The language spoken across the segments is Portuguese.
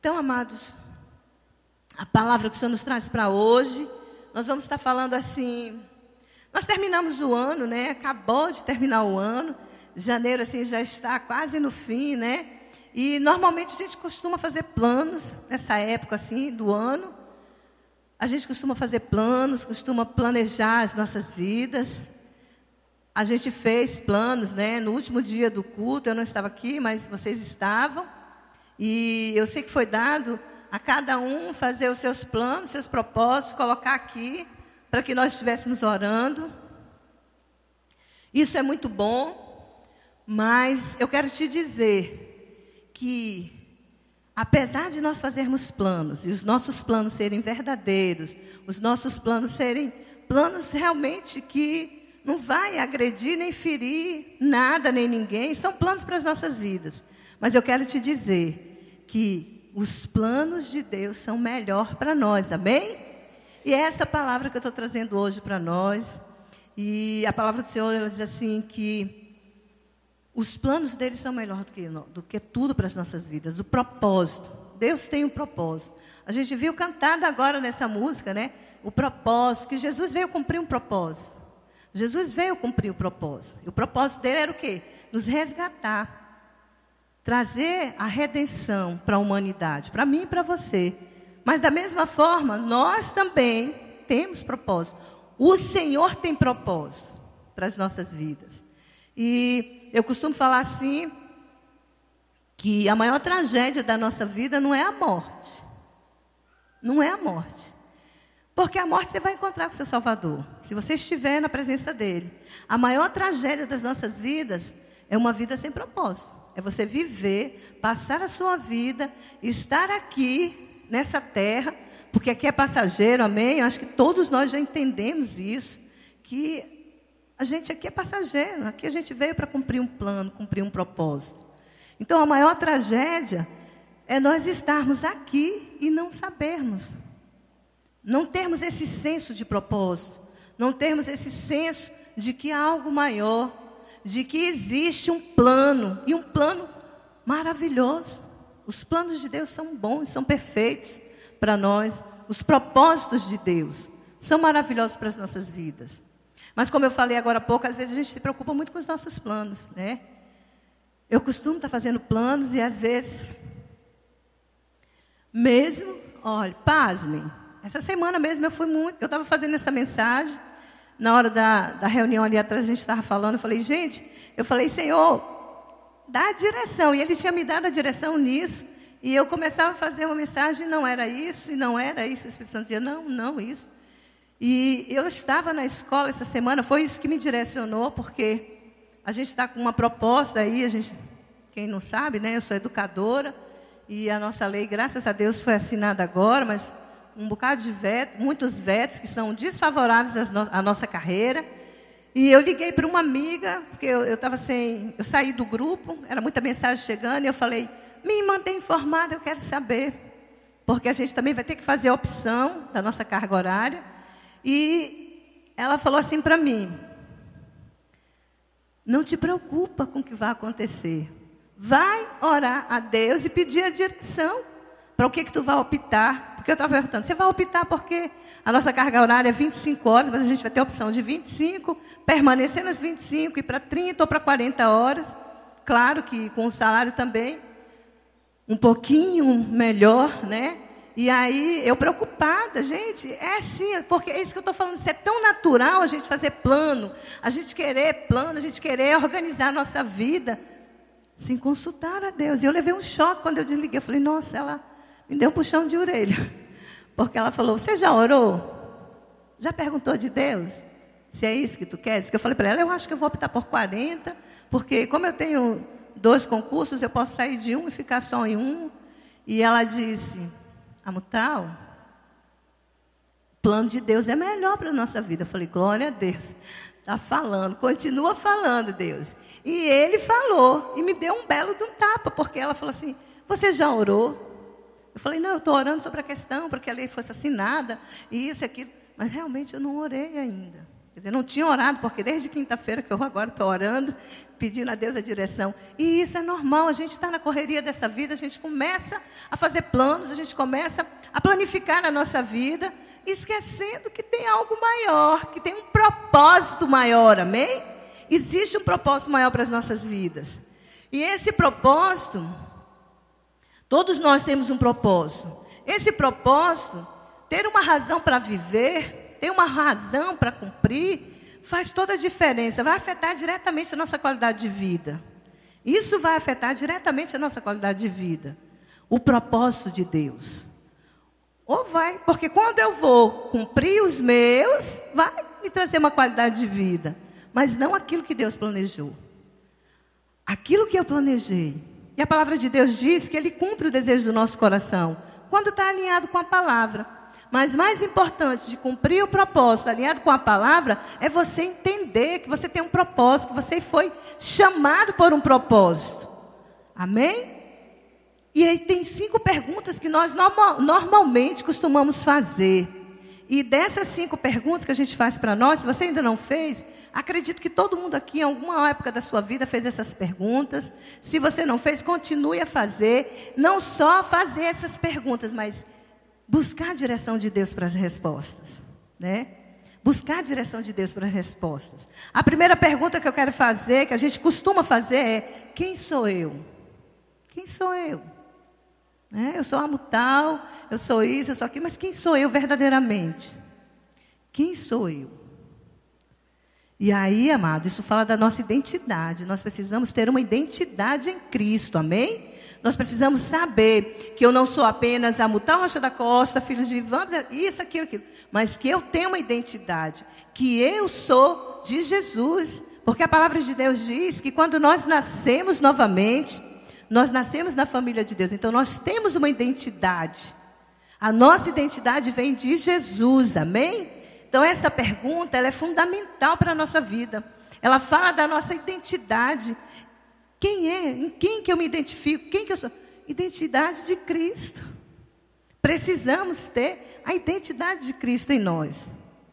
Então, amados, a palavra que o Senhor nos traz para hoje, nós vamos estar falando assim. Nós terminamos o ano, né? Acabou de terminar o ano. Janeiro, assim, já está quase no fim, né? E normalmente a gente costuma fazer planos nessa época, assim, do ano. A gente costuma fazer planos, costuma planejar as nossas vidas. A gente fez planos, né? No último dia do culto, eu não estava aqui, mas vocês estavam. E eu sei que foi dado a cada um fazer os seus planos, seus propósitos, colocar aqui, para que nós estivéssemos orando. Isso é muito bom, mas eu quero te dizer que, apesar de nós fazermos planos, e os nossos planos serem verdadeiros, os nossos planos serem planos realmente que não vai agredir nem ferir nada nem ninguém, são planos para as nossas vidas. Mas eu quero te dizer que os planos de Deus são melhor para nós, amém? E é essa palavra que eu estou trazendo hoje para nós. E a palavra do Senhor, ela diz assim que os planos dele são melhor do que tudo para as nossas vidas. O propósito. Deus tem um propósito. A gente viu cantado agora nessa música, né? O propósito, que Jesus veio cumprir um propósito. Jesus veio cumprir o propósito. E o propósito dele era o quê? Nos resgatar. Trazer a redenção para a humanidade, para mim e para você. Mas da mesma forma, nós também temos propósito. O Senhor tem propósito para as nossas vidas. E eu costumo falar assim, que a maior tragédia da nossa vida não é a morte. Não é a morte. Porque a morte você vai encontrar com o seu Salvador, se você estiver na presença dele. A maior tragédia das nossas vidas é uma vida sem propósito. É você viver, passar a sua vida, estar aqui, nessa terra, porque aqui é passageiro, amém? Eu acho que todos nós já entendemos isso, que a gente aqui é passageiro, aqui a gente veio para cumprir um plano, cumprir um propósito. Então, a maior tragédia é nós estarmos aqui e não sabermos. Não termos esse senso de propósito, não termos esse senso de que há algo maior, de que existe um plano, e um plano maravilhoso. Os planos de Deus são bons, são perfeitos para nós. Os propósitos de Deus são maravilhosos para as nossas vidas. Mas como eu falei agora há pouco, às vezes a gente se preocupa muito com os nossos planos, né? Eu costumo estar fazendo planos e às vezes, mesmo, olha, pasmem, essa semana mesmo eu estava fazendo essa mensagem, na hora da reunião ali atrás a gente estava falando, eu falei, Senhor, dá a direção. E Ele tinha me dado a direção nisso. E eu começava a fazer uma mensagem, não era isso, e não era isso. O Espírito Santo dizia, não, isso. E eu estava na escola essa semana, foi isso que me direcionou, porque a gente está com uma proposta aí, quem não sabe, né, eu sou educadora, e a nossa lei, graças a Deus, foi assinada agora, mas um bocado de muitos vetos que são desfavoráveis à nossa carreira. E eu liguei para uma amiga, porque eu saí do grupo, era muita mensagem chegando, e eu falei, me mantém informada, eu quero saber. Porque a gente também vai ter que fazer a opção da nossa carga horária. E ela falou assim para mim, não te preocupa com o que vai acontecer. Vai orar a Deus e pedir a direção para o que tu vai optar. Porque eu estava perguntando, você vai optar porque a nossa carga horária é 25 horas, mas a gente vai ter a opção de 25, permanecer nas 25, ir para 30 ou para 40 horas. Claro que com o salário também um pouquinho melhor, né? E aí, eu preocupada, gente, é assim, porque é isso que eu estou falando, isso é tão natural a gente fazer plano, a gente querer organizar a nossa vida, sem consultar a Deus. E eu levei um choque quando eu desliguei, eu falei, nossa, ela me deu um puxão de orelha, porque ela falou, você já orou? Já perguntou de Deus? Se é isso que tu queres? Que eu falei para ela, eu acho que eu vou optar por 40, porque como eu tenho 2 concursos, eu posso sair de um e ficar só em um. E ela disse, Amutal, o plano de Deus é melhor para a nossa vida. Eu falei, glória a Deus, está falando, continua falando, Deus. E ele falou, e me deu um belo de um tapa, porque ela falou assim, você já orou? Eu falei, não, eu estou orando sobre a questão, para que a lei fosse assinada, e isso e aquilo. Mas realmente eu não orei ainda. Quer dizer, não tinha orado, porque desde quinta-feira que eu agora estou orando, pedindo a Deus a direção. E isso é normal, a gente está na correria dessa vida, a gente começa a fazer planos, a gente começa a planificar na nossa vida, esquecendo que tem algo maior, que tem um propósito maior, amém? Existe um propósito maior para as nossas vidas. E esse propósito, todos nós temos um propósito. Esse propósito, ter uma razão para viver, ter uma razão para cumprir, faz toda a diferença. Vai afetar diretamente a nossa qualidade de vida. Isso vai afetar diretamente a nossa qualidade de vida. O propósito de Deus. Ou vai, porque quando eu vou cumprir os meus, vai me trazer uma qualidade de vida. Mas não aquilo que Deus planejou. Aquilo que eu planejei. E a palavra de Deus diz que Ele cumpre o desejo do nosso coração, quando está alinhado com a palavra. Mas mais importante de cumprir o propósito alinhado com a palavra, é você entender que você tem um propósito, que você foi chamado por um propósito. Amém? E aí tem 5 perguntas que nós normalmente costumamos fazer. E dessas 5 perguntas que a gente faz para nós, se você ainda não fez, acredito que todo mundo aqui, em alguma época da sua vida, fez essas perguntas. Se você não fez, continue a fazer. Não só fazer essas perguntas, mas buscar a direção de Deus para as respostas, né? Buscar a direção de Deus para as respostas. A primeira pergunta que eu quero fazer, que a gente costuma fazer é: quem sou eu? Quem sou eu? Eu sou amo tal, eu sou isso, eu sou aquilo, mas quem sou eu verdadeiramente? Quem sou eu? E aí, amado, isso fala da nossa identidade. Nós precisamos ter uma identidade em Cristo, amém? Nós precisamos saber que eu não sou apenas a Mutal Rocha da Costa, filho de Ivan, isso, aquilo, mas que eu tenho uma identidade, que eu sou de Jesus. Porque a palavra de Deus diz que quando nós nascemos novamente, nós nascemos na família de Deus. Então nós temos uma identidade. A nossa identidade vem de Jesus, amém? Então essa pergunta, ela é fundamental para a nossa vida. Ela fala da nossa identidade. Quem é? Em quem que eu me identifico? Quem que eu sou? Identidade de Cristo. Precisamos ter a identidade de Cristo em nós.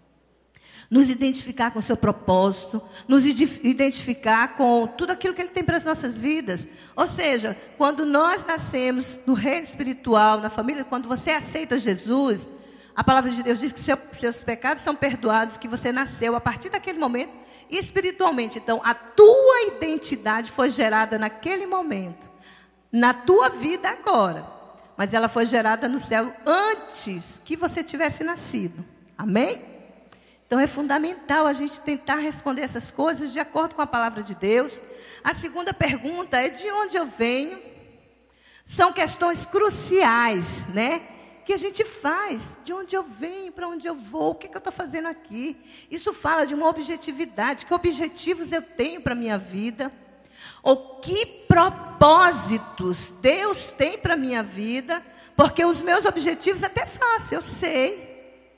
Nos identificar com o seu propósito, nos identificar com tudo aquilo que Ele tem para as nossas vidas. Ou seja, quando nós nascemos no reino espiritual, na família, quando você aceita Jesus, a palavra de Deus diz que seus pecados são perdoados, que você nasceu a partir daquele momento espiritualmente. Então, a tua identidade foi gerada naquele momento, na tua vida agora. Mas ela foi gerada no céu antes que você tivesse nascido. Amém? Então é fundamental a gente tentar responder essas coisas de acordo com a palavra de Deus. A segunda pergunta é: de onde eu venho? São questões cruciais, né? Que a gente faz. De onde eu venho, para onde eu vou, o que eu estou fazendo aqui? Isso fala de uma objetividade. Que objetivos eu tenho para a minha vida? Ou que propósitos Deus tem para a minha vida? Porque os meus objetivos até faço, eu sei.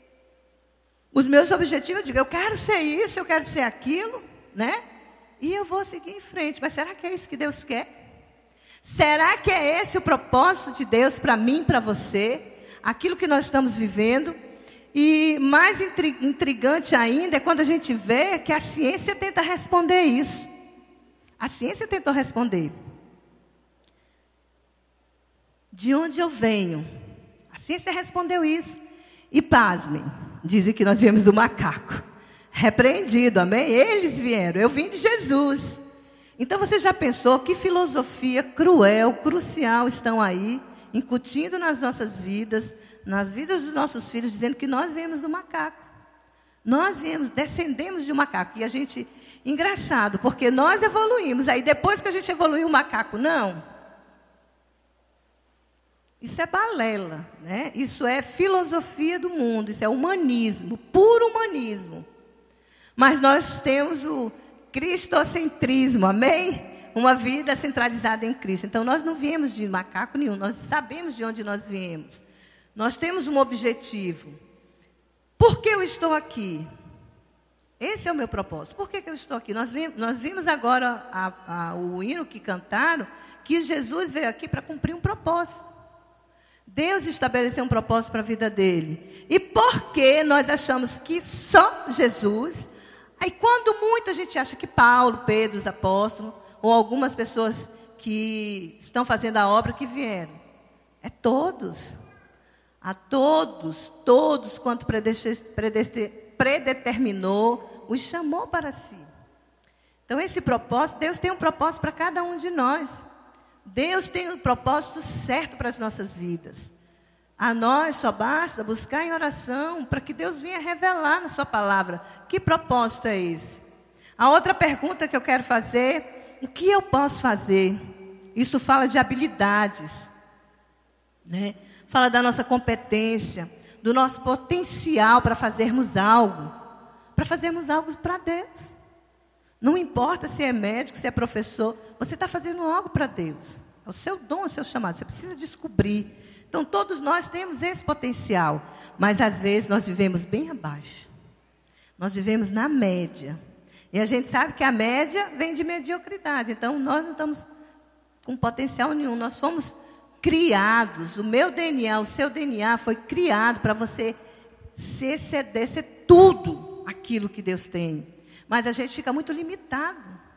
Os meus objetivos, eu digo, eu quero ser isso, eu quero ser aquilo, né? E eu vou seguir em frente. Mas será que é isso que Deus quer? Será que é esse o propósito de Deus para mim, para você? Aquilo que nós estamos vivendo? E mais intrigante ainda é quando a gente vê que a ciência tenta responder isso. A ciência tentou responder. De onde eu venho? A ciência respondeu isso. E pasmem. Dizem que nós viemos do macaco. Repreendido, amém? Eles vieram. Eu vim de Jesus. Então você já pensou que filosofia cruel, crucial estão aí, incutindo nas nossas vidas, nas vidas dos nossos filhos, dizendo que nós viemos do macaco. Nós descendemos de um macaco. E a gente, engraçado, porque nós evoluímos. Aí depois que a gente evoluiu, o macaco, não. Isso é balela, né? Isso é filosofia do mundo, isso é humanismo, puro humanismo. Mas nós temos o cristocentrismo, amém? Uma vida centralizada em Cristo. Então nós não viemos de macaco nenhum, nós sabemos de onde nós viemos. Nós temos um objetivo. Por que eu estou aqui? Esse é o meu propósito. Por que eu estou aqui? Nós vimos agora o hino que cantaram, que Jesus veio aqui para cumprir um propósito. Deus estabeleceu um propósito para a vida dele. E por que nós achamos que só Jesus, Aí quando muita gente acha que Paulo, Pedro, os apóstolos, ou algumas pessoas que estão fazendo a obra que vieram, é todos. A todos quanto predeterminou, os chamou para si. Então esse propósito, Deus tem um propósito para cada um de nós. Deus tem um propósito certo para as nossas vidas. A nós só basta buscar em oração para que Deus venha revelar na sua palavra. Que propósito é esse? A outra pergunta que eu quero fazer, o que eu posso fazer? Isso fala de habilidades, né? Fala da nossa competência, do nosso potencial para fazermos algo para Deus. Não importa se é médico, se é professor, você está fazendo algo para Deus. É o seu dom, o seu chamado, você precisa descobrir. Então todos nós temos esse potencial, mas às vezes nós vivemos bem abaixo. Nós vivemos na média. E a gente sabe que a média vem de mediocridade, então nós não estamos com potencial nenhum, nós fomos criados, o meu DNA, o seu DNA foi criado para você se exceder, ser tudo aquilo que Deus tem. Mas a gente fica muito limitado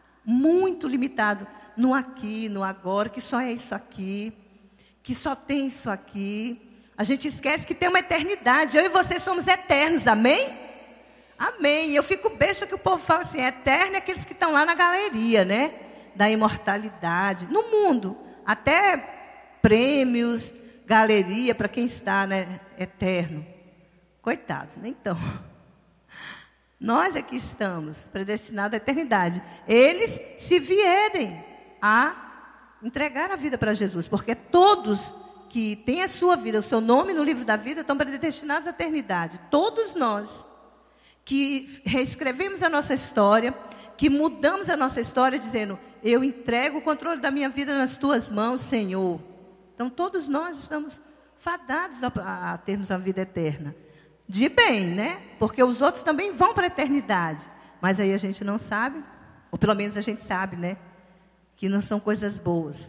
no aqui, no agora, que só é isso aqui, que só tem isso aqui. A gente esquece que tem uma eternidade, eu e você somos eternos, amém? Amém. Eu fico besta que o povo fala assim, eterno é aqueles que estão lá na galeria, né? Da imortalidade, no mundo, até prêmios, galeria, para quem está, né, eterno. Coitados, nem então. Nós aqui estamos predestinados à eternidade. Eles, se vierem a entregar a vida para Jesus, porque todos que têm a sua vida, o seu nome no livro da vida, estão predestinados à eternidade. Todos nós que reescrevemos a nossa história, que mudamos a nossa história dizendo, eu entrego o controle da minha vida nas tuas mãos, Senhor. Então, todos nós estamos fadados a termos a vida eterna. De bem, né? Porque os outros também vão para a eternidade. Mas aí a gente não sabe, ou pelo menos a gente sabe, né? Que não são coisas boas.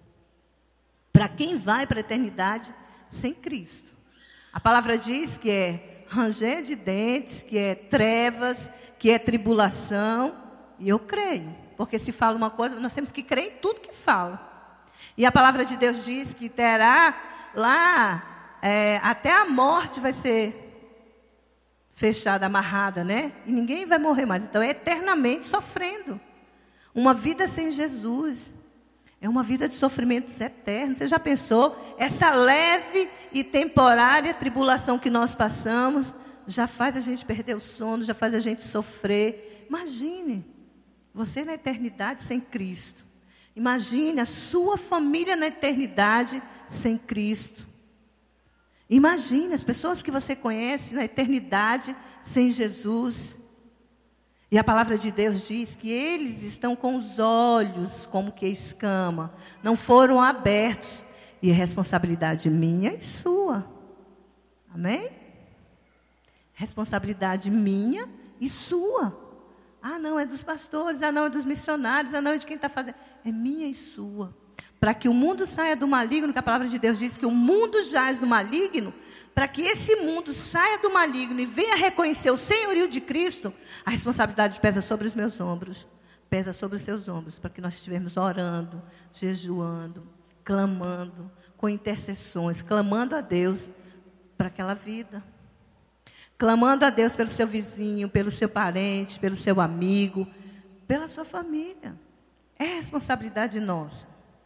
Para quem vai para a eternidade sem Cristo. A palavra diz que é ranger de dentes, que é trevas, que é tribulação. E eu creio. Porque se fala uma coisa, nós temos que crer em tudo que fala. E a palavra de Deus diz que terá lá, até a morte vai ser fechada, amarrada, né? E ninguém vai morrer mais. Então, é eternamente sofrendo. Uma vida sem Jesus é uma vida de sofrimentos eternos. Você já pensou? Essa leve e temporária tribulação que nós passamos já faz a gente perder o sono, já faz a gente sofrer. Imagine, você na eternidade sem Cristo. Imagine a sua família na eternidade sem Cristo. Imagine as pessoas que você conhece na eternidade sem Jesus. E a palavra de Deus diz que eles estão com os olhos como que escama, não foram abertos. E é responsabilidade minha e sua. Amém? Responsabilidade minha e sua. Ah, não, é dos pastores, ah, não, é dos missionários, ah, não, é de quem está fazendo. É minha e sua. Para que o mundo saia do maligno, que a palavra de Deus diz que o mundo jaz do maligno, para que esse mundo saia do maligno e venha reconhecer o senhorio de Cristo, a responsabilidade pesa sobre os meus ombros, pesa sobre os seus ombros, para que nós estivermos orando, jejuando, clamando, com intercessões, clamando a Deus para aquela vida. Clamando a Deus pelo seu vizinho, pelo seu parente, pelo seu amigo, pela sua família. É responsabilidade nossa.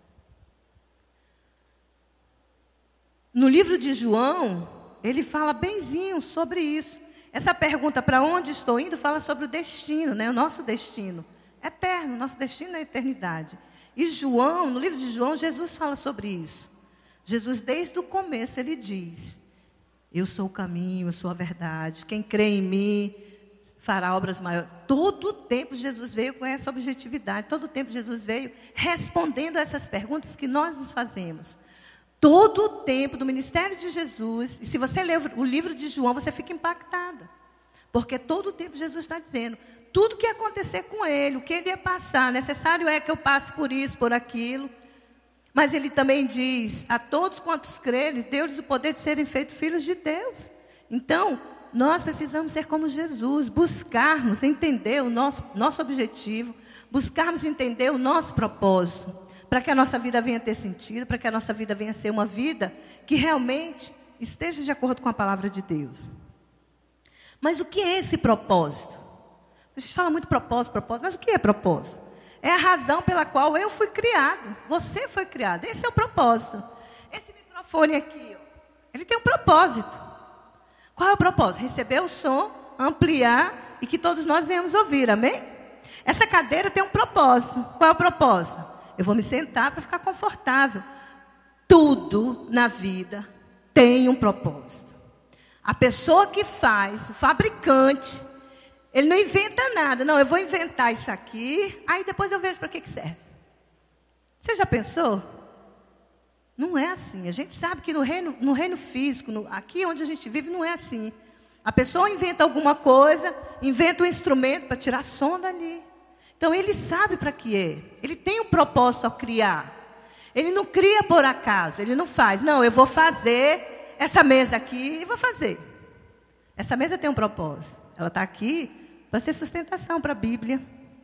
No livro de João, ele fala benzinho sobre isso. Essa pergunta, para onde estou indo, fala sobre o destino, né? O nosso destino eterno, nosso destino é a eternidade. E João, no livro de João, Jesus fala sobre isso. Jesus, desde o começo, ele diz, eu sou o caminho, eu sou a verdade. Quem crê em mim fará obras maiores. Todo o tempo Jesus veio com essa objetividade. Todo o tempo Jesus veio respondendo a essas perguntas que nós nos fazemos. Todo o tempo do ministério de Jesus, e se você ler o livro de João, você fica impactada. Porque todo o tempo Jesus está dizendo, tudo que ia acontecer com ele, o que ele ia passar, necessário é que eu passe por isso, por aquilo. Mas ele também diz, a todos quantos crerem, deu-lhes o poder de serem feitos filhos de Deus. Então, nós precisamos ser como Jesus, buscarmos entender o nosso objetivo, buscarmos entender o nosso propósito, para que a nossa vida venha ter sentido, para que a nossa vida venha ser uma vida que realmente esteja de acordo com a palavra de Deus. Mas o que é esse propósito? A gente fala muito propósito, mas o que é propósito? É a razão pela qual eu fui criado, você foi criado, esse é o propósito. Esse microfone aqui, ó, ele tem um propósito. Qual é o propósito? Receber o som, ampliar e que todos nós venhamos ouvir, amém? Essa cadeira tem um propósito. Qual é o propósito? Eu vou me sentar para ficar confortável. Tudo na vida tem um propósito. A pessoa que faz, o fabricante, ele não inventa nada. Não, eu vou inventar isso aqui, aí depois eu vejo para que serve. Você já pensou? Não é assim. A gente sabe que no reino físico, aqui onde a gente vive, não é assim. A pessoa inventa alguma coisa, inventa um instrumento para tirar som dali. Então, ele sabe para que é. Ele tem um propósito ao criar. Ele não cria por acaso. Ele não faz. Não, eu vou fazer essa mesa aqui e vou fazer. Essa mesa tem um propósito. Ela está aqui para ser sustentação para a Bíblia.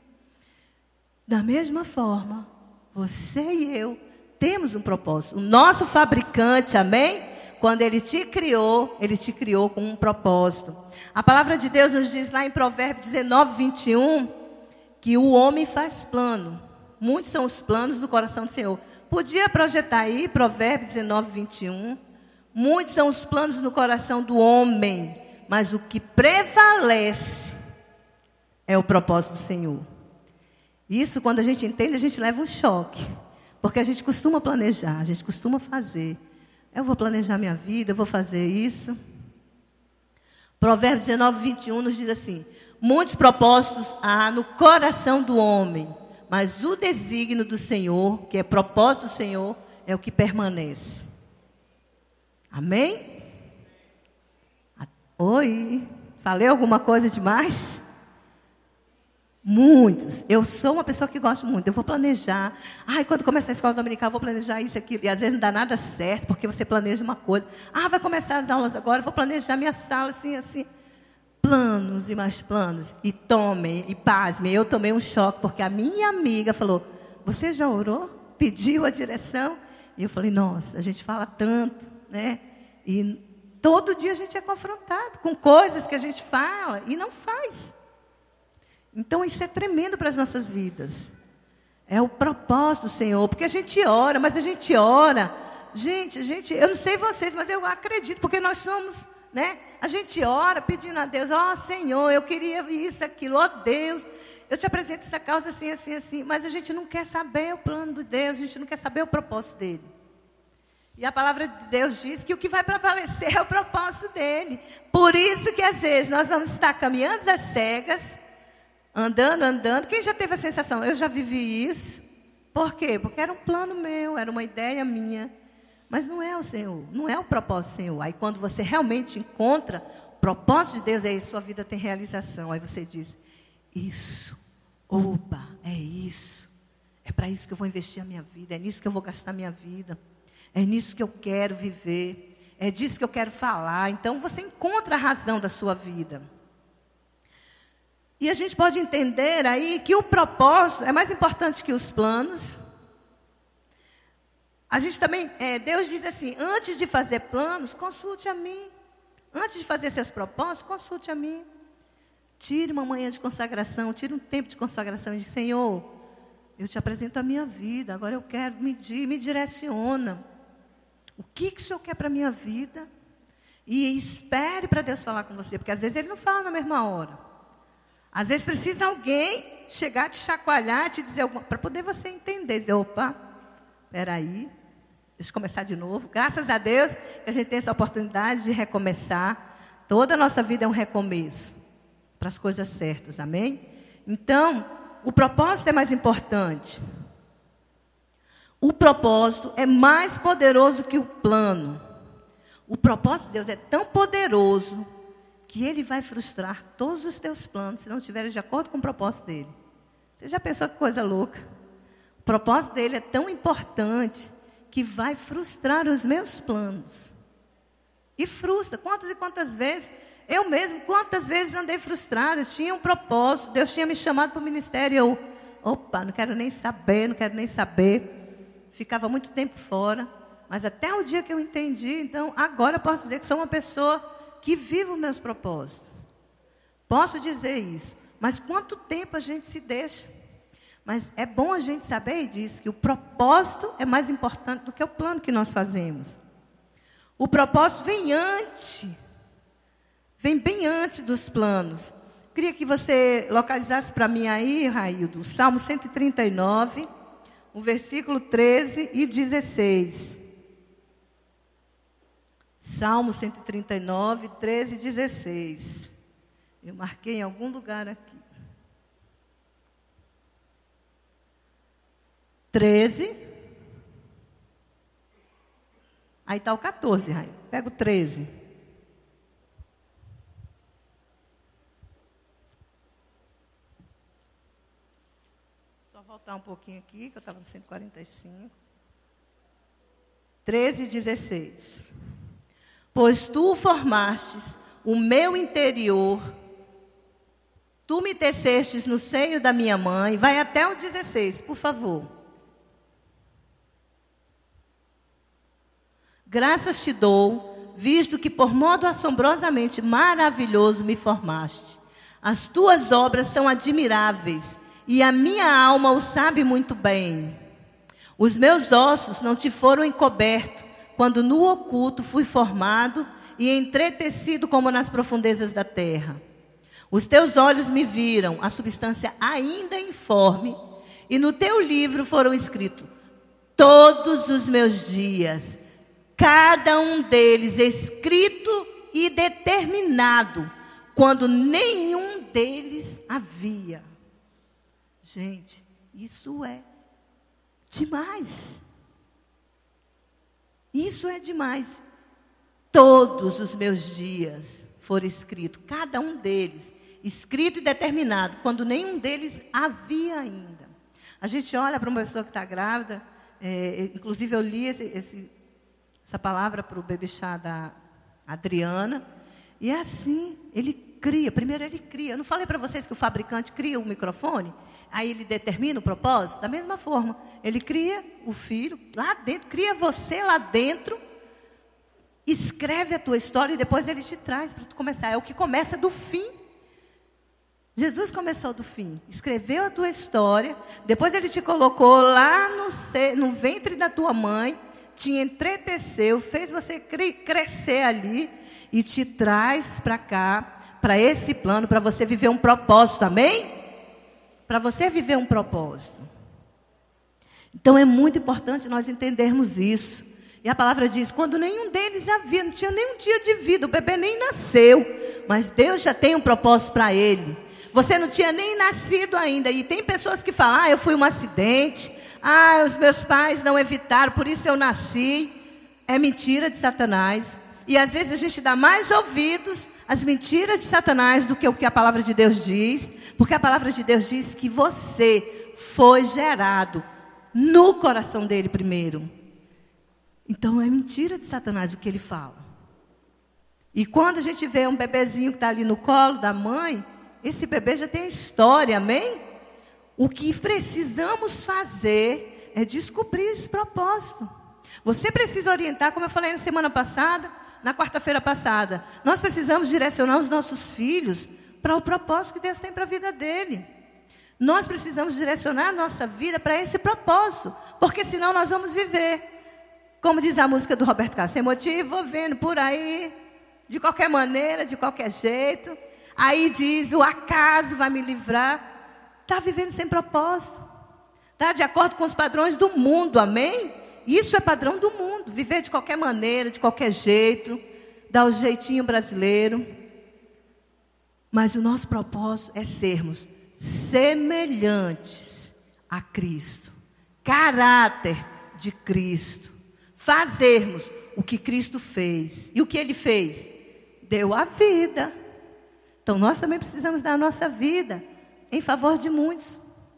Da mesma forma, você e eu temos um propósito. O nosso fabricante, amém? Quando ele te criou com um propósito. A palavra de Deus nos diz lá em Provérbios 19, 21, que o homem faz plano. Muitos são os planos do coração do Senhor. Podia projetar aí, Provérbios 19, 21. Muitos são os planos no coração do homem, mas o que prevalece é o propósito do Senhor. Isso, quando a gente entende, a gente leva um choque. Porque a gente costuma planejar, a gente costuma fazer. Eu vou planejar minha vida, eu vou fazer isso. Provérbios 19, 21 nos diz assim: muitos propósitos há no coração do homem, mas o desígnio do Senhor, que é propósito do Senhor, é o que permanece. Amém? Oi, falei alguma coisa demais? Muitos. Eu sou uma pessoa que gosto muito. Eu vou planejar. Quando começar a escola dominical, eu vou planejar isso, aquilo. E às vezes não dá nada certo, porque você planeja uma coisa. Vai começar as aulas agora, eu vou planejar minha sala assim, assim. Planos e mais planos. E tomem, e pasmem. Eu tomei um choque, porque a minha amiga falou: você já orou? Pediu a direção? E eu falei: nossa, a gente fala tanto, né? E todo dia a gente é confrontado com coisas que a gente fala e não faz. Então, isso é tremendo para as nossas vidas. É o propósito do Senhor. Porque a gente ora, mas a gente ora. Gente, eu não sei vocês, mas eu acredito, porque nós somos, né? A gente ora pedindo a Deus: Senhor, eu queria isso, aquilo. Deus, eu te apresento essa causa assim, assim, assim. Mas a gente não quer saber o plano de Deus, a gente não quer saber o propósito dele. E a palavra de Deus diz que o que vai prevalecer é o propósito dele. Por isso que, às vezes, nós vamos estar caminhando às cegas, andando. Quem já teve a sensação? Eu já vivi isso. Por quê? Porque era um plano meu, era uma ideia minha. Mas não é o Senhor, não é o propósito do Senhor. Aí quando você realmente encontra o propósito de Deus, aí sua vida tem realização. Aí você diz: isso, opa, é isso. É para isso que eu vou investir a minha vida, é nisso que eu vou gastar a minha vida. É nisso que eu quero viver, é disso que eu quero falar. Então você encontra a razão da sua vida. E a gente pode entender aí que o propósito é mais importante que os planos. A gente também, Deus diz assim: antes de fazer planos, consulte a mim. Antes de fazer seus propósitos, consulte a mim. Tire uma manhã de consagração, tire um tempo de consagração e diz: Senhor, eu te apresento a minha vida, agora eu quero me direciona. O que o Senhor quer para a minha vida? E espere para Deus falar com você, porque às vezes Ele não fala na mesma hora. Às vezes precisa alguém chegar, te chacoalhar, te dizer alguma coisa, para poder você entender. Dizer: opa, peraí, deixa eu começar de novo. Graças a Deus que a gente tem essa oportunidade de recomeçar. Toda a nossa vida é um recomeço para as coisas certas, amém? Então, o propósito é mais importante. O propósito é mais poderoso que o plano. O propósito de Deus é tão poderoso que Ele vai frustrar todos os teus planos se não estiverem de acordo com o propósito dEle. Você já pensou que coisa louca? O propósito dEle é tão importante que vai frustrar os meus planos. E frustra. Quantas e quantas vezes Eu mesmo, quantas vezes andei frustrada, eu tinha um propósito, Deus tinha me chamado para o ministério, opa, não quero nem saber. Ficava muito tempo fora, mas até o dia que eu entendi, então, agora eu posso dizer que sou uma pessoa que vive os meus propósitos. Posso dizer isso, mas quanto tempo a gente se deixa? Mas é bom a gente saber disso, que o propósito é mais importante do que o plano que nós fazemos. O propósito vem bem antes dos planos. Queria que você localizasse para mim aí, Raildo, Salmo 139, o versículo 13 e 16. Salmo 139, 13 e 16. Eu marquei em algum lugar aqui. 13. Aí está o 14, Raio. Pega o 13. Só voltar um pouquinho aqui, que eu estava no 145. 13 e 16. Pois tu formastes o meu interior, tu me tecestes no seio da minha mãe. Vai até o 16, por favor. Graças te dou, visto que por modo assombrosamente maravilhoso me formaste. As tuas obras são admiráveis, e a minha alma o sabe muito bem. Os meus ossos não te foram encobertos, quando no oculto fui formado e entretecido como nas profundezas da terra. Os teus olhos me viram, a substância ainda informe, e no teu livro foram escritos todos os meus dias, cada um deles escrito e determinado, quando nenhum deles havia. Gente, isso é demais. Isso é demais. Todos os meus dias foram escritos, cada um deles, escrito e determinado, quando nenhum deles havia ainda. A gente olha para uma pessoa que está grávida, inclusive eu li essa palavra para o bebê chá da Adriana, e é assim, ele cria, primeiro ele cria. Eu não falei para vocês que o fabricante cria o microfone? Aí ele determina o propósito? Da mesma forma, ele cria o filho lá dentro, cria você lá dentro, escreve a tua história e depois ele te traz para tu começar. É o que começa do fim. Jesus começou do fim, escreveu a tua história, depois ele te colocou lá no ventre da tua mãe, te entreteceu, fez você crescer ali e te traz para cá, para esse plano, para você viver um propósito, amém? Para você viver um propósito. Então é muito importante nós entendermos isso. E a palavra diz, quando nenhum deles havia, não tinha nenhum dia de vida, o bebê nem nasceu, mas Deus já tem um propósito para ele. Você não tinha nem nascido ainda, e tem pessoas que falam, eu fui um acidente, os meus pais não evitaram, por isso eu nasci. É mentira de Satanás. E às vezes a gente dá mais ouvidos às mentiras de Satanás do que o que a palavra de Deus diz, porque a palavra de Deus diz que você foi gerado no coração dele primeiro. Então é mentira de Satanás o que ele fala. E quando a gente vê um bebezinho que está ali no colo da mãe, esse bebê já tem história, amém? O que precisamos fazer é descobrir esse propósito. Você precisa orientar, como eu falei na semana passada, na quarta-feira passada. Nós precisamos direcionar os nossos filhos para o propósito que Deus tem para a vida dele. Nós precisamos direcionar a nossa vida para esse propósito, porque senão nós vamos viver, como diz a música do Roberto Carlos, sem motivo, vendo por aí, de qualquer maneira, de qualquer jeito. Aí diz, o acaso vai me livrar. Está vivendo sem propósito. Está de acordo com os padrões do mundo, amém? Isso é padrão do mundo. Viver de qualquer maneira, de qualquer jeito. Dar o jeitinho brasileiro. Mas o nosso propósito é sermos semelhantes a Cristo. Caráter de Cristo. Fazermos o que Cristo fez. E o que Ele fez? Deu a vida. Então nós também precisamos dar a nossa vida em favor de muitos.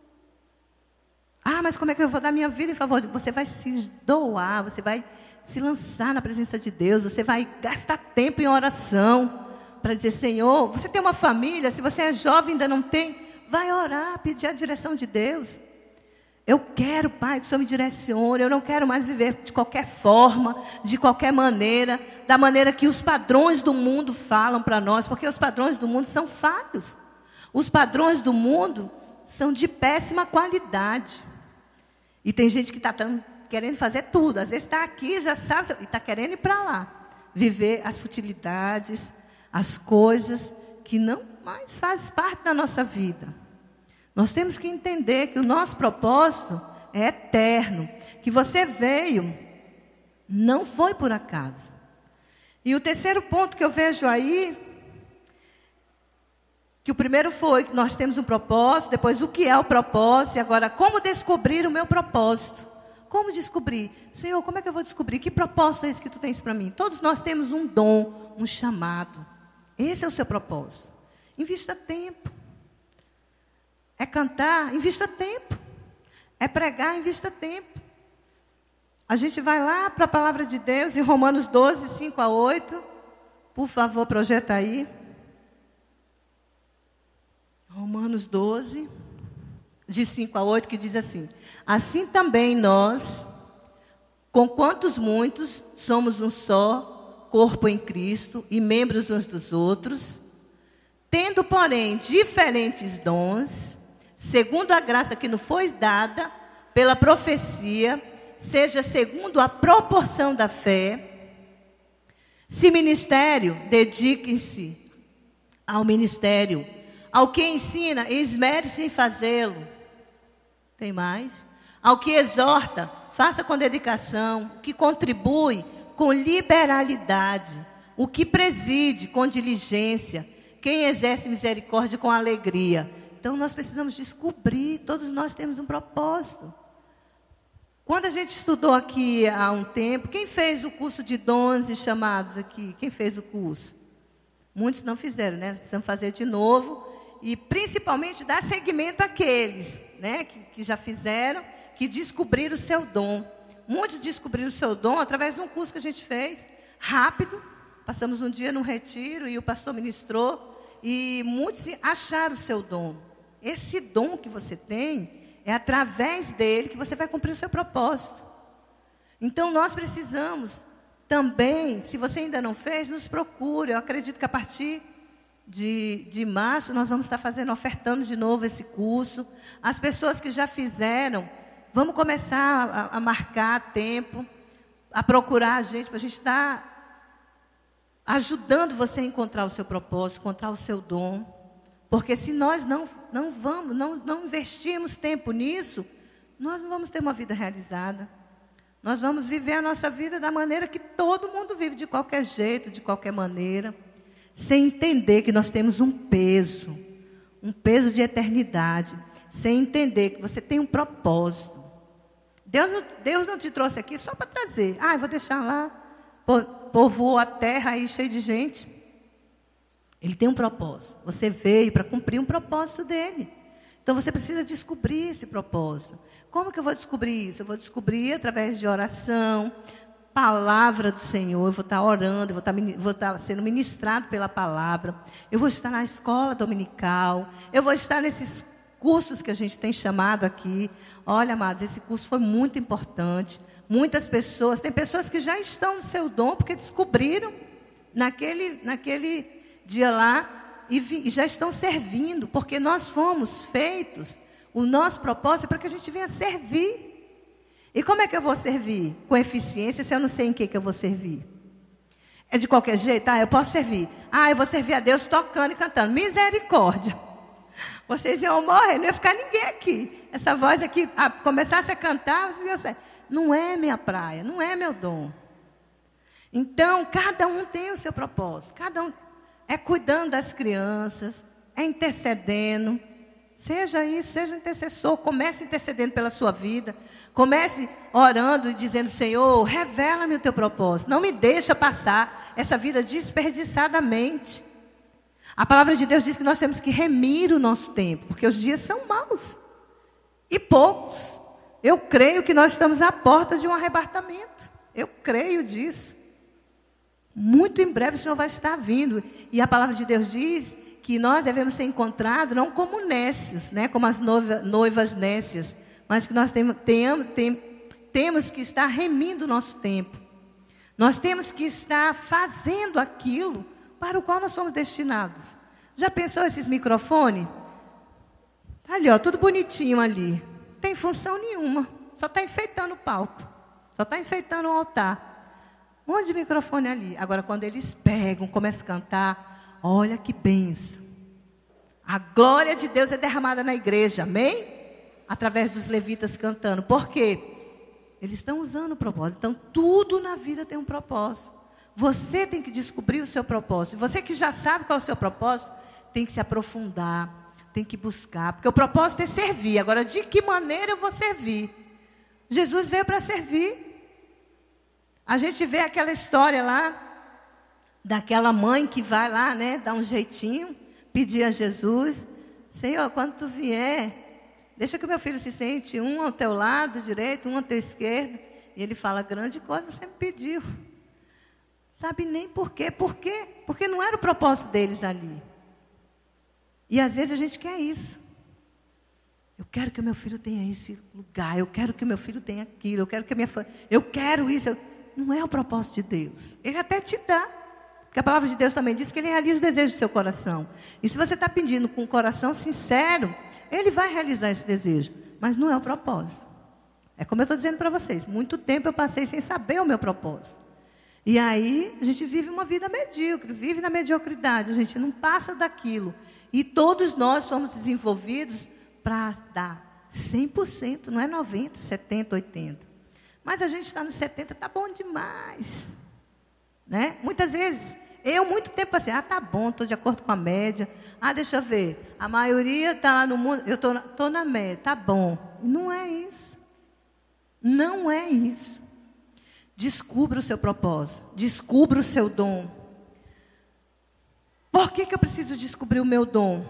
Mas como é que eu vou dar minha vida em favor de... Você vai se doar, você vai se lançar na presença de Deus, você vai gastar tempo em oração, para dizer, Senhor, você tem uma família, se você é jovem e ainda não tem, vai orar, pedir a direção de Deus. Eu quero, Pai, que o Senhor me direcione, eu não quero mais viver de qualquer forma, de qualquer maneira, da maneira que os padrões do mundo falam para nós, porque os padrões do mundo são falhos. Os padrões do mundo são de péssima qualidade. E tem gente que está querendo fazer tudo, às vezes está aqui, já sabe, e está querendo ir para lá, viver as futilidades, as coisas que não mais fazem parte da nossa vida. Nós temos que entender que o nosso propósito é eterno, que você veio, não foi por acaso. E o terceiro ponto que eu vejo aí, que o primeiro foi que nós temos um propósito, depois o que é o propósito, e agora como descobrir o meu propósito. Como descobrir? Senhor, como é que eu vou descobrir? Que propósito é esse que tu tens para mim? Todos nós temos um dom, um chamado. Esse é o seu propósito. Invista tempo. É cantar, invista tempo. É pregar, invista tempo. A gente vai lá para a palavra de Deus, em Romanos 12, 5 a 8. Por favor, projeta aí. Romanos 12, de 5 a 8, que diz assim: assim também nós, com quantos muitos, somos um só corpo em Cristo e membros uns dos outros, tendo, porém, diferentes dons, segundo a graça que nos foi dada pela profecia, seja segundo a proporção da fé. Se ministério, dedique-se ao ministério. Ao que ensina, esmere-se em fazê-lo. Tem mais? Ao que exorta, faça com dedicação. O que contribui, com liberalidade. O que preside, com diligência. Quem exerce misericórdia, com alegria. Então, nós precisamos descobrir, todos nós temos um propósito. Quando a gente estudou aqui há um tempo, quem fez o curso de dons e chamados aqui? Quem fez o curso? Muitos não fizeram, né? Nós precisamos fazer de novo. E principalmente dar seguimento àqueles, né? Que já fizeram, que descobriram o seu dom. Muitos descobriram o seu dom através de um curso que a gente fez, rápido. Passamos um dia num retiro e o pastor ministrou. E muitos acharam o seu dom. Esse dom que você tem, é através dele que você vai cumprir o seu propósito. Então, nós precisamos também, se você ainda não fez, nos procure. Eu acredito que a partir de março, nós vamos estar ofertando de novo esse curso. As pessoas que já fizeram, vamos começar a marcar tempo, a procurar a gente, para a gente estar ajudando você a encontrar o seu propósito, encontrar o seu dom. Porque se nós não investirmos tempo nisso, nós não vamos ter uma vida realizada. Nós vamos viver a nossa vida da maneira que todo mundo vive, de qualquer jeito, de qualquer maneira, sem entender que nós temos um peso de eternidade, sem entender que você tem um propósito. Deus não te trouxe aqui só para trazer. Eu vou deixar lá, povoou a terra aí cheio de gente. Ele tem um propósito. Você veio para cumprir um propósito dele. Então você precisa descobrir esse propósito. Como que eu vou descobrir isso? Eu vou descobrir através de oração, palavra do Senhor. Eu vou estar orando, eu vou estar sendo ministrado pela palavra. Eu vou estar na escola dominical. Eu vou estar nesses cursos que a gente tem chamado aqui. Olha, amados, esse curso foi muito importante. Muitas pessoas, tem pessoas que já estão no seu dom porque descobriram naquele dia lá e já estão servindo, porque nós fomos feitos, o nosso propósito é para que a gente venha servir. E como é que eu vou servir? Com eficiência, se eu não sei em que eu vou servir. É de qualquer jeito? Eu posso servir. Eu vou servir a Deus tocando e cantando. Misericórdia. Vocês iam morrer, não ia ficar ninguém aqui. Essa voz aqui, começasse a cantar, vocês iam sair. Não é minha praia, não é meu dom. Então, cada um tem o seu propósito. Cada um é cuidando das crianças, é intercedendo. Seja isso, seja um intercessor. Comece intercedendo pela sua vida. Comece orando e dizendo: Senhor, revela-me o teu propósito. Não me deixa passar essa vida desperdiçadamente. A palavra de Deus diz que nós temos que remir o nosso tempo, porque os dias são maus e poucos. Eu creio que nós estamos à porta de um arrebatamento. Eu creio disso. Muito em breve o Senhor vai estar vindo. E a palavra de Deus diz que nós devemos ser encontrados não como nécios, né, como as noivas nécias, mas que nós temos que estar remindo o nosso tempo. Nós temos que estar fazendo aquilo para o qual nós somos destinados. Já pensou esses microfones? Tá ali, ó, tudo bonitinho ali. Não tem função nenhuma. Só está enfeitando o palco. Só está enfeitando o altar. Um monte de microfone ali. Agora, quando eles pegam, começam a cantar, olha que bênção. A glória de Deus é derramada na igreja, amém? Através dos levitas cantando. Por quê? Eles estão usando o propósito. Então, tudo na vida tem um propósito. Você tem que descobrir o seu propósito. Você que já sabe qual é o seu propósito, tem que se aprofundar, tem que buscar. Porque o propósito é servir. Agora, de que maneira eu vou servir? Jesus veio para servir. A gente vê aquela história lá, daquela mãe que vai lá, né, dar um jeitinho, pedir a Jesus, Senhor, quando tu vier, deixa que o meu filho se sente, um ao teu lado direito, um ao teu esquerdo. E ele fala, grande coisa você me pediu. Sabe nem por quê. Por quê? Porque não era o propósito deles ali. E às vezes a gente quer isso. Eu quero que o meu filho tenha esse lugar, eu quero que o meu filho tenha aquilo, eu quero que a minha família... Eu quero isso. Não é o propósito de Deus. Ele até te dá. Porque a palavra de Deus também diz que Ele realiza o desejo do seu coração. E se você está pedindo com o coração sincero, Ele vai realizar esse desejo. Mas não é o propósito. É como eu estou dizendo para vocês. Muito tempo eu passei sem saber o meu propósito. E aí a gente vive uma vida medíocre. Vive na mediocridade. A gente não passa daquilo. E todos nós somos desenvolvidos para dar 100%. Não é 90%, 70%, 80%. Mas a gente está nos 70%, está bom demais. Né? Muitas vezes, eu muito tempo assim, tá bom, estou de acordo com a média. Deixa eu ver, a maioria está lá no mundo, eu estou na média, tá bom. Não é isso. Não é isso. Descubra o seu propósito, descubra o seu dom. Por que eu preciso descobrir o meu dom?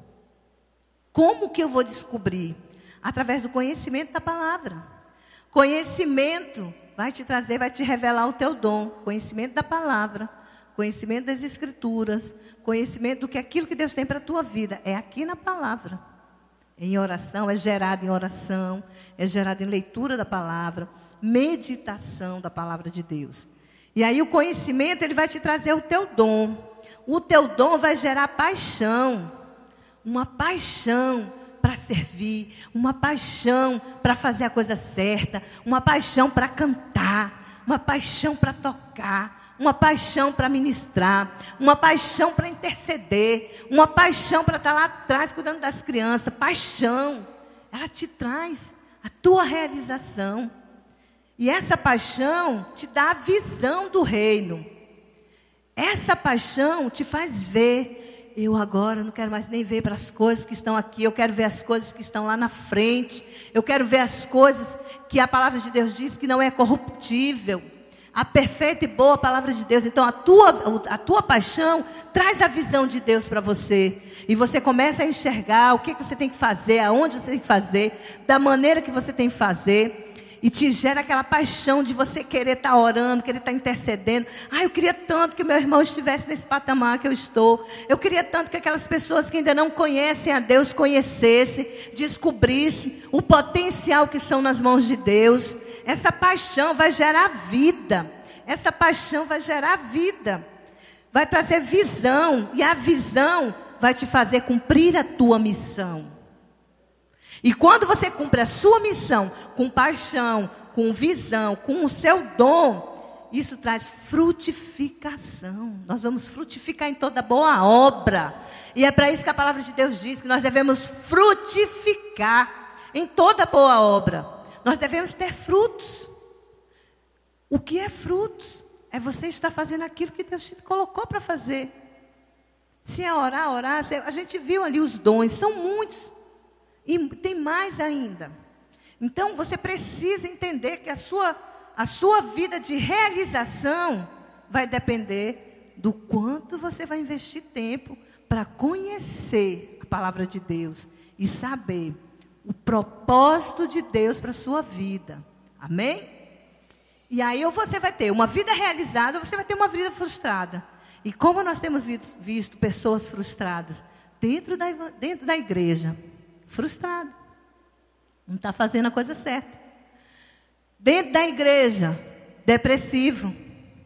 Como que eu vou descobrir? Através do conhecimento da palavra. Conhecimento vai te trazer, vai te revelar o teu dom. Conhecimento da palavra, conhecimento das escrituras, conhecimento do que aquilo que Deus tem para a tua vida. É aqui na palavra. Em oração, é gerado em oração, é gerado em leitura da palavra, meditação da palavra de Deus. E aí o conhecimento, ele vai te trazer o teu dom. O teu dom vai gerar paixão. Uma paixão para servir, uma paixão para fazer a coisa certa, uma paixão para cantar, uma paixão para tocar, uma paixão para ministrar, uma paixão para interceder, uma paixão para estar lá atrás cuidando das crianças. Paixão, ela te traz a tua realização. E essa paixão te dá a visão do reino. Essa paixão te faz ver. Eu agora não quero mais nem ver para as coisas que estão aqui. Eu quero ver as coisas que estão lá na frente. Eu quero ver as coisas que a palavra de Deus diz que não é corruptível. A perfeita e boa palavra de Deus. Então a tua paixão traz a visão de Deus para você. E você começa a enxergar o que você tem que fazer, aonde você tem que fazer, da maneira que você tem que fazer. E te gera aquela paixão de você querer estar orando, querer estar intercedendo. Eu queria tanto que meu irmão estivesse nesse patamar que eu estou. Eu queria tanto que aquelas pessoas que ainda não conhecem a Deus conhecessem, descobrissem o potencial que são nas mãos de Deus. Essa paixão vai gerar vida. Essa paixão vai gerar vida. Vai trazer visão. E a visão vai te fazer cumprir a tua missão. E quando você cumpre a sua missão com paixão, com visão, com o seu dom, isso traz frutificação. Nós vamos frutificar em toda boa obra. E é para isso que a palavra de Deus diz que nós devemos frutificar em toda boa obra. Nós devemos ter frutos. O que é frutos? É você estar fazendo aquilo que Deus te colocou para fazer. Se é orar. A gente viu ali os dons, são muitos. E tem mais ainda. Então você precisa entender que a sua vida de realização vai depender do quanto você vai investir tempo para conhecer a palavra de Deus e saber o propósito de Deus para a sua vida. Amém? E aí ou você vai ter uma vida realizada ou você vai ter uma vida frustrada. E como nós temos visto pessoas frustradas dentro da igreja, frustrado, não está fazendo a coisa certa. Dentro da igreja, depressivo,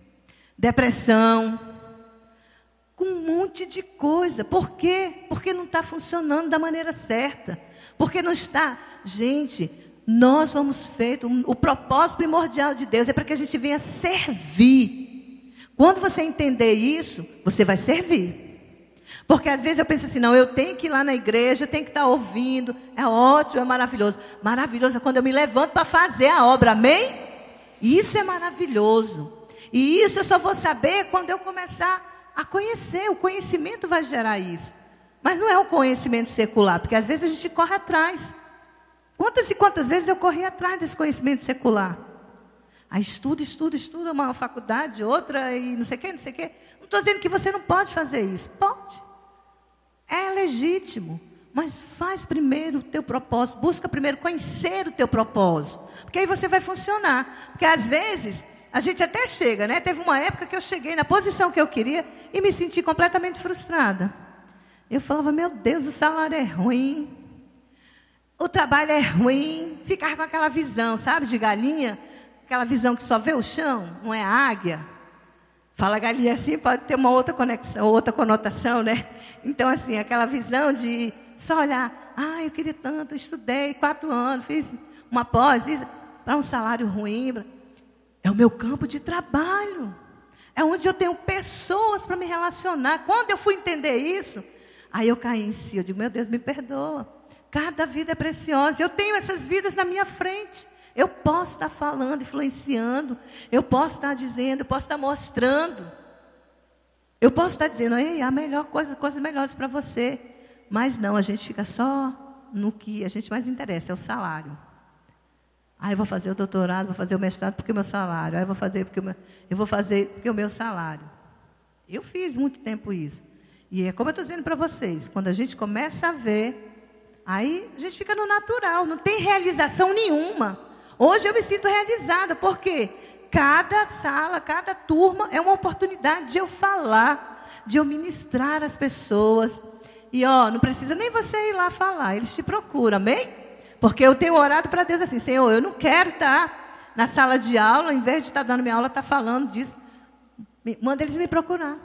depressão, com um monte de coisa. Por quê? Porque não está funcionando da maneira certa. Porque não está. Gente, nós fomos feitos, o propósito primordial de Deus é para que a gente venha servir. Quando você entender isso, você vai servir. Porque às vezes eu penso assim, não, eu tenho que ir lá na igreja, eu tenho que estar ouvindo. É ótimo, é maravilhoso. Maravilhoso é quando eu me levanto para fazer a obra, amém? Isso é maravilhoso. E isso eu só vou saber quando eu começar a conhecer. O conhecimento vai gerar isso. Mas não é um conhecimento secular, porque às vezes a gente corre atrás. Quantas e quantas vezes eu corri atrás desse conhecimento secular? Aí estuda uma faculdade, outra e não sei o quê. Não estou dizendo que você não pode fazer isso. Pode. É legítimo. Mas faz primeiro o teu propósito. Busca primeiro conhecer o teu propósito. Porque aí você vai funcionar. Porque às vezes a gente até chega, né? Teve uma época que eu cheguei na posição que eu queria e me senti completamente frustrada. Eu falava, meu Deus, o salário é ruim. O trabalho é ruim. Ficar com aquela visão, sabe, de galinha. Aquela visão que só vê o chão, não é a águia. Fala galinha assim, pode ter uma outra conexão, outra conotação, né? Então, assim, aquela visão de só olhar, eu queria tanto, estudei 4 anos, fiz uma pós, para um salário ruim. É o meu campo de trabalho. É onde eu tenho pessoas para me relacionar. Quando eu fui entender isso, aí eu caí em si, eu digo, meu Deus, me perdoa. Cada vida é preciosa, eu tenho essas vidas na minha frente. Eu posso estar falando, influenciando. Eu posso estar dizendo, eu posso estar mostrando. Eu posso estar dizendo, ei, a melhor coisa, coisas melhores para você. Mas não, a gente fica só no que a gente mais interessa, é o salário. Eu vou fazer o doutorado, vou fazer o mestrado porque o meu salário. Eu vou fazer porque o meu salário. Eu fiz muito tempo isso. E é como eu estou dizendo para vocês, quando a gente começa a ver, aí a gente fica no natural, não tem realização nenhuma. Hoje eu me sinto realizada, porque cada sala, cada turma é uma oportunidade de eu falar, de eu ministrar às pessoas. E não precisa nem você ir lá falar, eles te procuram, amém? Porque eu tenho orado para Deus assim, Senhor, eu não quero estar na sala de aula, em vez de estar dando minha aula, estar falando disso. Manda eles me procurar.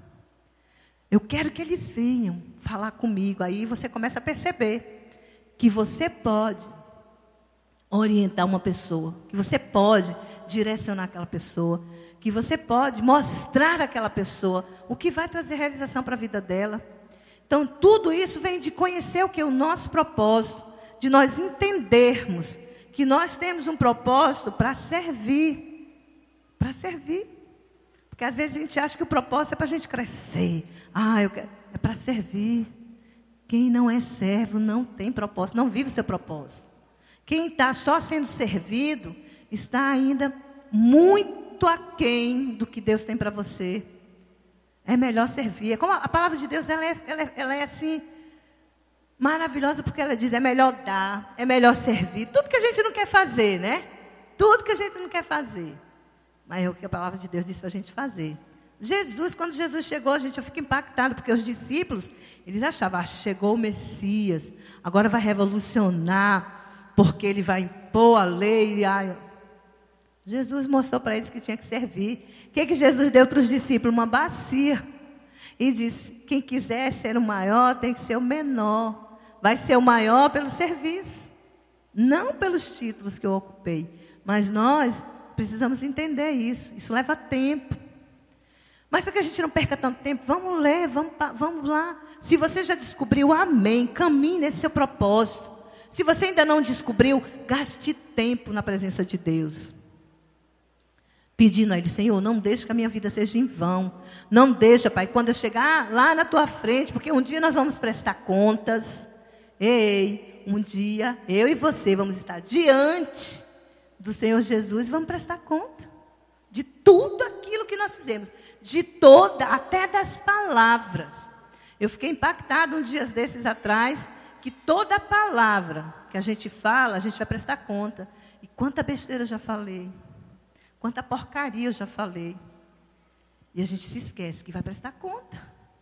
Eu quero que eles venham falar comigo. Aí você começa a perceber que você pode orientar uma pessoa, que você pode direcionar aquela pessoa, que você pode mostrar àquela pessoa o que vai trazer realização para a vida dela. Então, tudo isso vem de conhecer o que é o nosso propósito, de nós entendermos que nós temos um propósito para servir. Para servir. Porque às vezes a gente acha que o propósito é para a gente crescer. É para servir. Quem não é servo não tem propósito, não vive o seu propósito. Quem está só sendo servido está ainda muito aquém do que Deus tem para você. É melhor servir. Como a palavra de Deus ela é assim maravilhosa, porque ela diz, é melhor dar, é melhor servir. Tudo que a gente não quer fazer, né? Tudo que a gente não quer fazer. Mas é o que a palavra de Deus diz para a gente fazer. Quando Jesus chegou, eu fico impactada, porque os discípulos, eles achavam, chegou o Messias, agora vai revolucionar, porque ele vai impor a lei. Jesus mostrou para eles que tinha que servir. O que Jesus deu para os discípulos? Uma bacia. E disse, quem quiser ser o maior, tem que ser o menor. Vai ser o maior pelo serviço. Não pelos títulos que eu ocupei. Mas nós precisamos entender isso. Isso leva tempo. Mas para que a gente não perca tanto tempo, vamos ler, vamos lá. Se você já descobriu, amém. Caminhe nesse seu propósito. Se você ainda não descobriu, gaste tempo na presença de Deus. Pedindo a Ele, Senhor, não deixe que a minha vida seja em vão. Não deixa, Pai, quando eu chegar lá na tua frente, porque um dia nós vamos prestar contas. Um dia eu e você vamos estar diante do Senhor Jesus e vamos prestar conta de tudo aquilo que nós fizemos. Até das palavras. Eu fiquei impactada uns dias desses atrás, que toda palavra que a gente fala, a gente vai prestar conta. E quanta besteira eu já falei. quanta porcaria eu já falei. E a gente se esquece que vai prestar conta.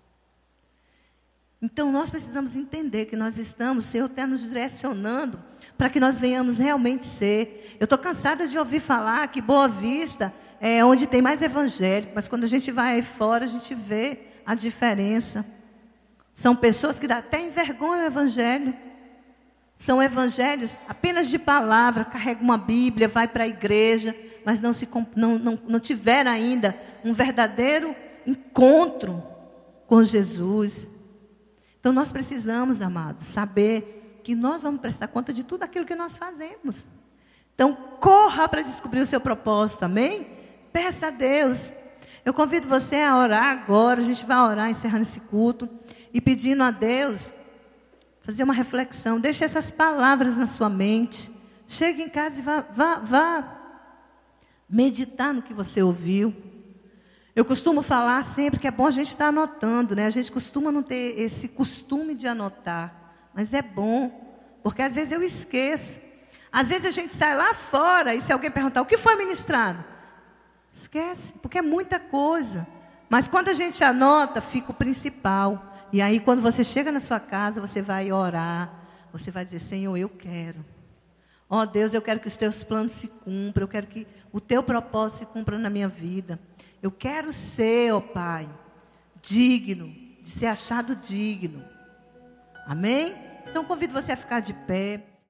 Então, nós precisamos entender que nós estamos, o Senhor está nos direcionando para que nós venhamos realmente ser. Eu estou cansada de ouvir falar que Boa Vista é onde tem mais evangélico, mas quando a gente vai aí fora, a gente vê a diferença. São pessoas que dá até envergonham o evangelho. São evangelhos apenas de palavra, carrega uma Bíblia, vai para a igreja, mas não tiveram ainda um verdadeiro encontro com Jesus. Então nós precisamos, amados, saber que nós vamos prestar conta de tudo aquilo que nós fazemos. Então corra para descobrir o seu propósito, amém? Peça a Deus. Eu convido você a orar agora, a gente vai orar encerrando esse culto e pedindo a Deus, fazer uma reflexão, deixe essas palavras na sua mente, chegue em casa e vá meditar no que você ouviu. Eu costumo falar sempre que é bom a gente estar anotando, né? A gente costuma não ter esse costume de anotar, mas é bom, porque às vezes eu esqueço. Às vezes a gente sai lá fora e se alguém perguntar o que foi ministrado, esquece, porque é muita coisa. Mas quando a gente anota, fica o principal. E aí quando você chega na sua casa, você vai orar, você vai dizer, Senhor, eu quero. Ó Deus, eu quero que os teus planos se cumpram, eu quero que o teu propósito se cumpra na minha vida. Eu quero ser, ó Pai, digno, de ser achado digno. Amém? Então convido você a ficar de pé.